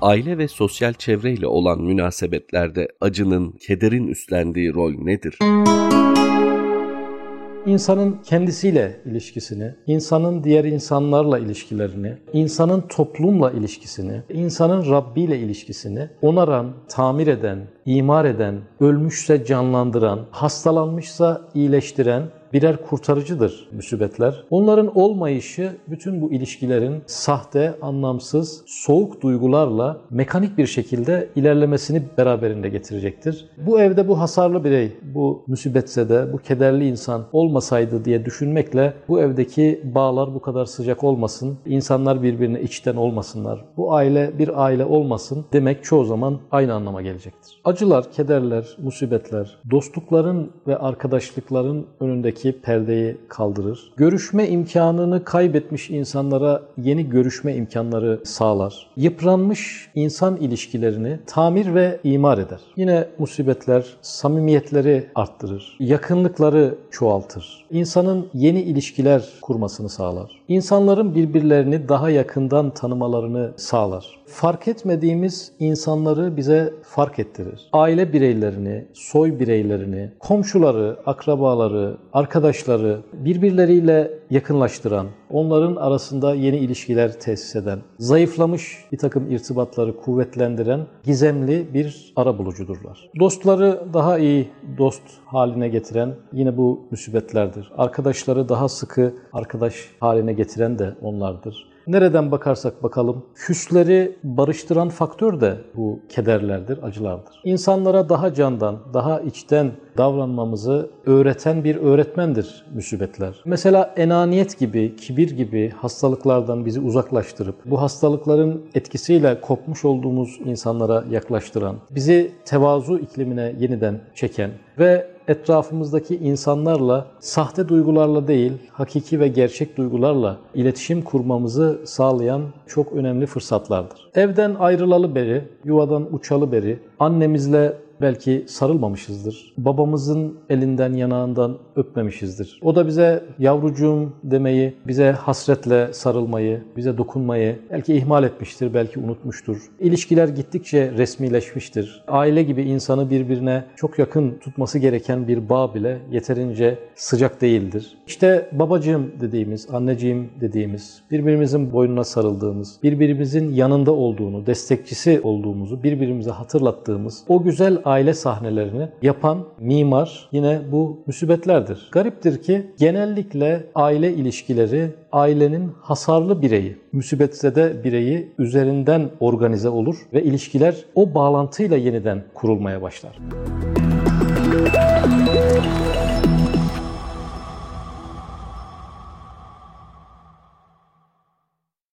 Aile ve sosyal çevreyle olan münasebetlerde acının, kederin üstlendiği rol nedir? İnsanın kendisiyle ilişkisini, insanın diğer insanlarla ilişkilerini, insanın toplumla ilişkisini, insanın Rabbi ile ilişkisini onaran, tamir eden, imar eden, ölmüşse canlandıran, hastalanmışsa iyileştiren birer kurtarıcıdır musibetler. Onların olmayışı bütün bu ilişkilerin sahte, anlamsız, soğuk duygularla mekanik bir şekilde ilerlemesini beraberinde getirecektir. Bu evde bu hasarlı birey, bu musibetse bu kederli insan olmasaydı diye düşünmekle bu evdeki bağlar bu kadar sıcak olmasın, insanlar birbirine içten olmasınlar, bu aile bir aile olmasın demek çoğu zaman aynı anlama gelecektir. Acılar, kederler, musibetler, dostlukların ve arkadaşlıkların önündeki perdeyi kaldırır. Görüşme imkanını kaybetmiş insanlara yeni görüşme imkanları sağlar. Yıpranmış insan ilişkilerini tamir ve imar eder. Yine musibetler samimiyetleri arttırır. Yakınlıkları çoğaltır. İnsanın yeni ilişkiler kurmasını sağlar. İnsanların birbirlerini daha yakından tanımalarını sağlar. Fark etmediğimiz insanları bize fark ettirir. Aile bireylerini, soy bireylerini, komşuları, akrabaları, arkadaşları birbirleriyle yakınlaştıran, onların arasında yeni ilişkiler tesis eden, zayıflamış bir takım irtibatları kuvvetlendiren gizemli bir arabulucudurlar. Dostları daha iyi dost haline getiren yine bu musibetlerdir. Arkadaşları daha sıkı arkadaş haline getiren de onlardır. Nereden bakarsak bakalım, küsleri barıştıran faktör de bu kederlerdir, acılardır. İnsanlara daha candan, daha içten davranmamızı öğreten bir öğretmendir musibetler. Mesela enaniyet gibi, kibir gibi hastalıklardan bizi uzaklaştırıp, bu hastalıkların etkisiyle kopmuş olduğumuz insanlara yaklaştıran, bizi tevazu iklimine yeniden çeken ve etrafımızdaki insanlarla sahte duygularla değil, hakiki ve gerçek duygularla iletişim kurmamızı sağlayan çok önemli fırsatlardır. Evden ayrılalı beri, yuvadan uçalı beri annemizle belki sarılmamışızdır. Babamızın elinden, yanağından öpmemişizdir. O da bize yavrucuğum demeyi, bize hasretle sarılmayı, bize dokunmayı belki ihmal etmiştir, belki unutmuştur. İlişkiler gittikçe resmileşmiştir. Aile gibi insanı birbirine çok yakın tutması gereken bir bağ bile yeterince sıcak değildir. İşte babacığım dediğimiz, anneciğim dediğimiz, birbirimizin boynuna sarıldığımız, birbirimizin yanında olduğunu, destekçisi olduğumuzu birbirimize hatırlattığımız o güzel aile sahnelerini yapan mimar yine bu musibetlerdir. Gariptir ki genellikle aile ilişkileri ailenin hasarlı bireyi, musibetsede bireyi üzerinden organize olur ve ilişkiler o bağlantıyla yeniden kurulmaya başlar.